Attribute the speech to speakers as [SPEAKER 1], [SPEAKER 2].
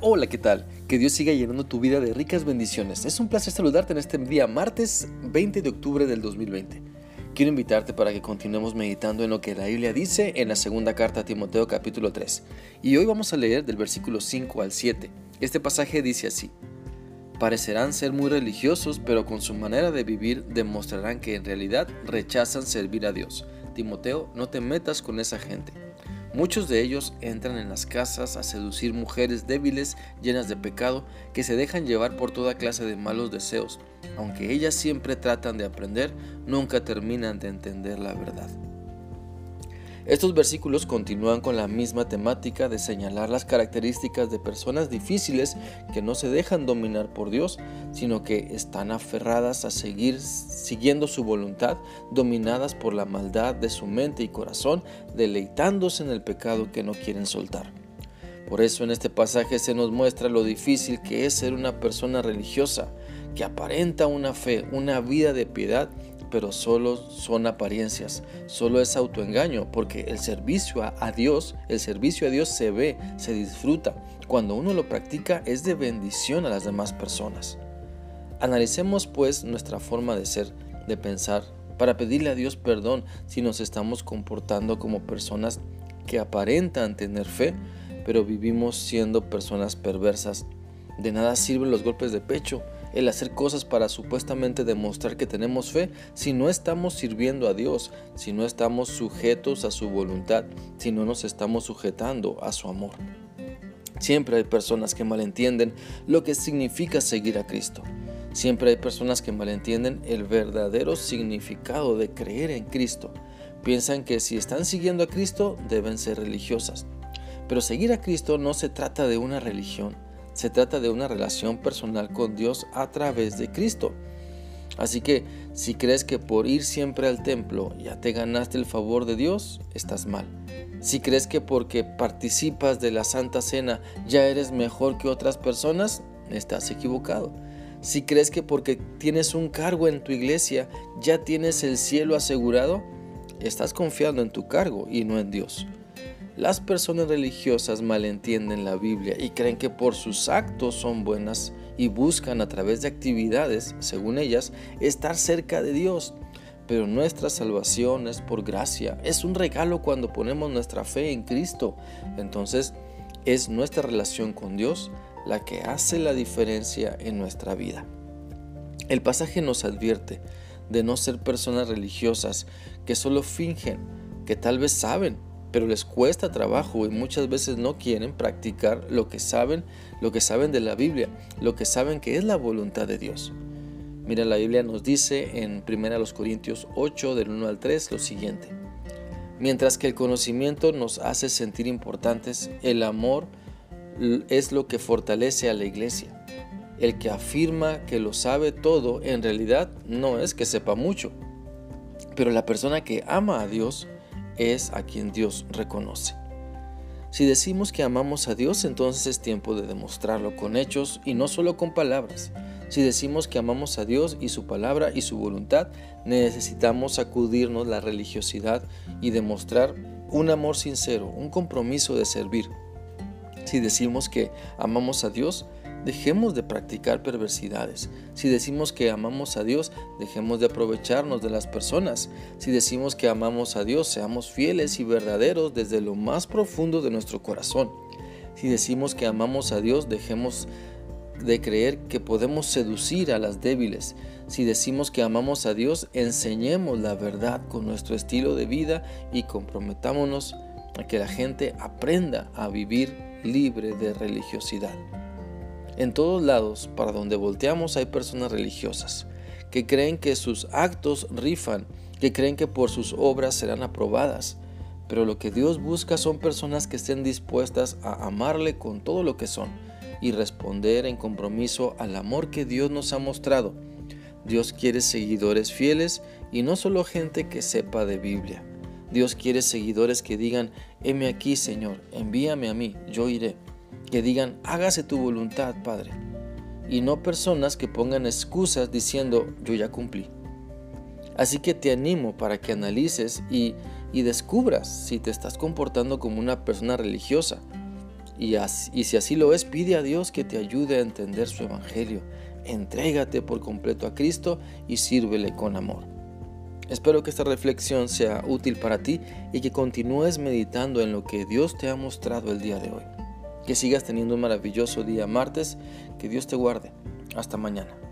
[SPEAKER 1] Hola, ¿qué tal? Que Dios siga llenando tu vida de ricas bendiciones. Es un placer saludarte en este día martes 20 de octubre del 2020. Quiero invitarte para que continuemos meditando en lo que la Biblia dice en la segunda carta a Timoteo capítulo 3. Y hoy vamos a leer del versículo 5 al 7. Este pasaje dice así: parecerán ser muy religiosos, pero con su manera de vivir demostrarán que en realidad rechazan servir a Dios. Timoteo, no te metas con esa gente. Muchos de ellos entran en las casas a seducir mujeres débiles, llenas de pecado, que se dejan llevar por toda clase de malos deseos. Aunque ellas siempre tratan de aprender, nunca terminan de entender la verdad. Estos versículos continúan con la misma temática de señalar las características de personas difíciles que no se dejan dominar por Dios, sino que están aferradas a seguir siguiendo su voluntad, dominadas por la maldad de su mente y corazón, deleitándose en el pecado que no quieren soltar. Por eso en este pasaje se nos muestra lo difícil que es ser una persona religiosa, que aparenta una fe, una vida de piedad, pero solo son apariencias, solo es autoengaño, porque el servicio a Dios se ve, se disfruta. Cuando uno lo practica es de bendición a las demás personas. Analicemos pues nuestra forma de ser, de pensar, para pedirle a Dios perdón si nos estamos comportando como personas que aparentan tener fe, pero vivimos siendo personas perversas. De nada sirven los golpes de pecho, el hacer cosas para supuestamente demostrar que tenemos fe, si no estamos sirviendo a Dios, si no estamos sujetos a su voluntad, si no nos estamos sujetando a su amor. Siempre hay personas que malentienden lo que significa seguir a Cristo. Siempre hay personas que malentienden el verdadero significado de creer en Cristo. Piensan que si están siguiendo a Cristo deben ser religiosas. Pero seguir a Cristo no se trata de una religión. Se trata de una relación personal con Dios a través de Cristo. Así que si crees que por ir siempre al templo ya te ganaste el favor de Dios, estás mal. Si crees que porque participas de la Santa Cena ya eres mejor que otras personas, estás equivocado. Si crees que porque tienes un cargo en tu iglesia ya tienes el cielo asegurado, estás confiando en tu cargo y no en Dios. Las personas religiosas malentienden la Biblia y creen que por sus actos son buenas y buscan a través de actividades, según ellas, estar cerca de Dios. Pero nuestra salvación es por gracia, es un regalo cuando ponemos nuestra fe en Cristo. Entonces, es nuestra relación con Dios la que hace la diferencia en nuestra vida. El pasaje nos advierte de no ser personas religiosas que solo fingen, que tal vez saben, pero les cuesta trabajo y muchas veces no quieren practicar lo que saben de la Biblia, lo que saben que es la voluntad de Dios. Mira, la Biblia nos dice en 1 Corintios 8, del 1 al 3, lo siguiente: mientras que el conocimiento nos hace sentir importantes, el amor es lo que fortalece a la iglesia. El que afirma que lo sabe todo, en realidad no es que sepa mucho, pero la persona que ama a Dios es a quien Dios reconoce. Si decimos que amamos a Dios, entonces es tiempo de demostrarlo con hechos y no solo con palabras. Si decimos que amamos a Dios y su palabra y su voluntad, necesitamos sacudirnos la religiosidad y demostrar un amor sincero, un compromiso de servir. Si decimos que amamos a Dios, dejemos de practicar perversidades. Si decimos que amamos a Dios, dejemos de aprovecharnos de las personas. Si decimos que amamos a Dios, seamos fieles y verdaderos desde lo más profundo de nuestro corazón. Si decimos que amamos a Dios, dejemos de creer que podemos seducir a las débiles. Si decimos que amamos a Dios, enseñemos la verdad con nuestro estilo de vida y comprometámonos a que la gente aprenda a vivir libre de religiosidad. En todos lados, para donde volteamos, hay personas religiosas que creen que sus actos rifan, que creen que por sus obras serán aprobadas. Pero lo que Dios busca son personas que estén dispuestas a amarle con todo lo que son y responder en compromiso al amor que Dios nos ha mostrado. Dios quiere seguidores fieles y no solo gente que sepa de Biblia. Dios quiere seguidores que digan: heme aquí, Señor, envíame a mí, yo iré. Que digan: hágase tu voluntad, Padre. Y no personas que pongan excusas diciendo: yo ya cumplí. Así que te animo para que analices y descubras si te estás comportando como una persona religiosa. Y si así lo es, pide a Dios que te ayude a entender su evangelio. Entrégate por completo a Cristo y sírvele con amor. Espero que esta reflexión sea útil para ti y que continúes meditando en lo que Dios te ha mostrado el día de hoy. Que sigas teniendo un maravilloso día martes. Que Dios te guarde. Hasta mañana.